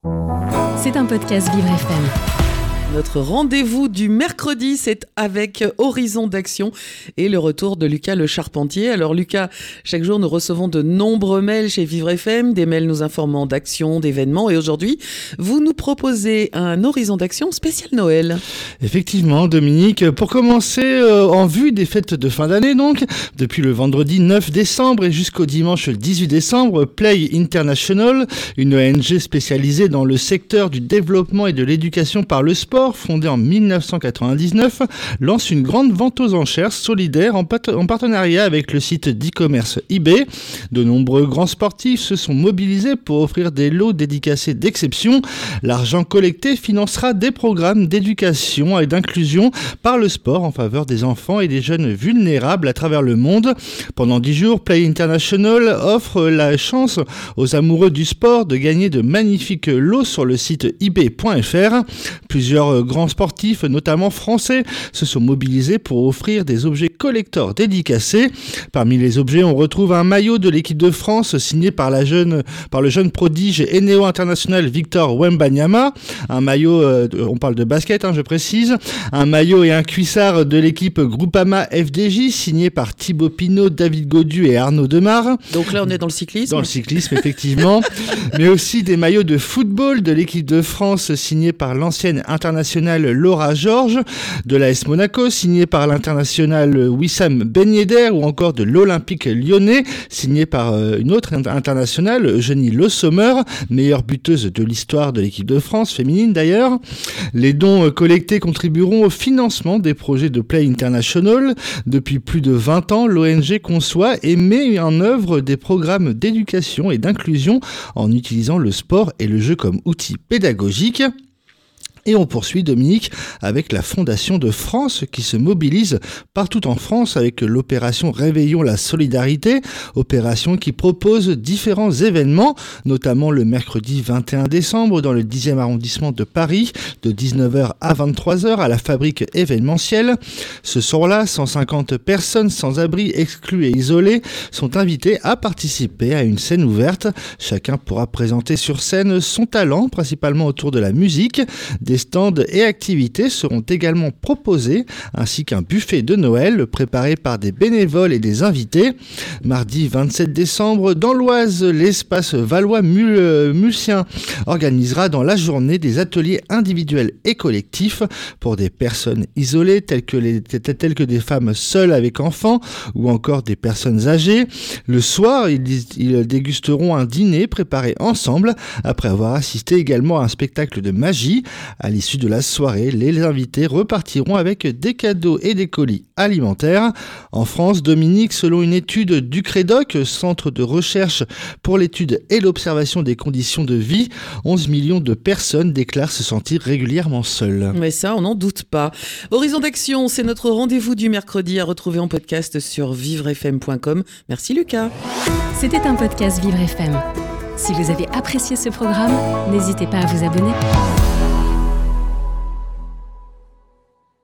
C'est un podcast Vivre FM. Notre rendez-vous du mercredi, c'est avec Horizon d'Action et le retour de Lucas Le Charpentier. Alors Lucas, chaque jour nous recevons de nombreux mails chez Vivre FM, des mails nous informant d'actions, d'événements. Et aujourd'hui, vous nous proposez un Horizon d'Action spécial Noël. Effectivement, Dominique. Pour commencer, en vue des fêtes de fin d'année donc, depuis le vendredi 9 décembre et jusqu'au dimanche 18 décembre, Play International, une ONG spécialisée dans le secteur du développement et de l'éducation par le sport, fondée en 1999, lance une grande vente aux enchères solidaire en partenariat avec le site d'e-commerce eBay. De nombreux grands sportifs se sont mobilisés pour offrir des lots dédicacés d'exception. L'argent collecté financera des programmes d'éducation et d'inclusion par le sport en faveur des enfants et des jeunes vulnérables à travers le monde. Pendant 10 jours, Play International offre la chance aux amoureux du sport de gagner de magnifiques lots sur le site ebay.fr. Plusieurs grands sportifs, notamment français, se sont mobilisés pour offrir des objets collector dédicacés. Parmi les objets, on retrouve un maillot de l'équipe de France signé par le jeune prodige et néo-international Victor Wembanyama. Un maillot, on parle de basket, je précise. Un maillot et un cuissard de l'équipe Groupama FDJ signé par Thibaut Pinot, David Gaudu et Arnaud Demar. Donc là, on est dans le cyclisme. Dans le cyclisme, effectivement. Mais aussi des maillots de football de l'équipe de France signés par l'ancienne internationale Laura Georges, de l'AS Monaco signé par l'international Wissam Ben Yedder ou encore de l'Olympique lyonnais signé par une autre internationale, Eugénie Le Sommer, meilleure buteuse de l'histoire de l'équipe de France, féminine d'ailleurs. Les dons collectés contribueront au financement des projets de Play International. Depuis plus de 20 ans, l'ONG conçoit et met en œuvre des programmes d'éducation et d'inclusion en utilisant le sport et le jeu comme outil pédagogique. Et on poursuit, Dominique, avec la Fondation de France qui se mobilise partout en France avec l'opération Réveillons la solidarité, opération qui propose différents événements, notamment le mercredi 21 décembre dans le 10e arrondissement de Paris, de 19h à 23h à la fabrique événementielle. Ce soir-là, 150 personnes sans abri, exclues et isolées, sont invitées à participer à une scène ouverte. Chacun pourra présenter sur scène son talent, principalement autour de la musique. Des stands et activités seront également proposés, ainsi qu'un buffet de Noël préparé par des bénévoles et des invités. Mardi 27 décembre, dans l'Oise, l'espace Valois-Mulcien organisera dans la journée des ateliers individuels et collectifs pour des personnes isolées telles que des femmes seules avec enfants ou encore des personnes âgées. Le soir, ils dégusteront un dîner préparé ensemble après avoir assisté également à un spectacle de magie. À l'issue de la soirée, les invités repartiront avec des cadeaux et des colis alimentaires. En France, Dominique, selon une étude du CREDOC, Centre de recherche pour l'étude et l'observation des conditions de vie, 11 millions de personnes déclarent se sentir régulièrement seules. Mais ça, on n'en doute pas. Horizon d'Action, c'est notre rendez-vous du mercredi à retrouver en podcast sur vivrefm.com. Merci Lucas. C'était un podcast Vivre FM. Si vous avez apprécié ce programme, n'hésitez pas à vous abonner.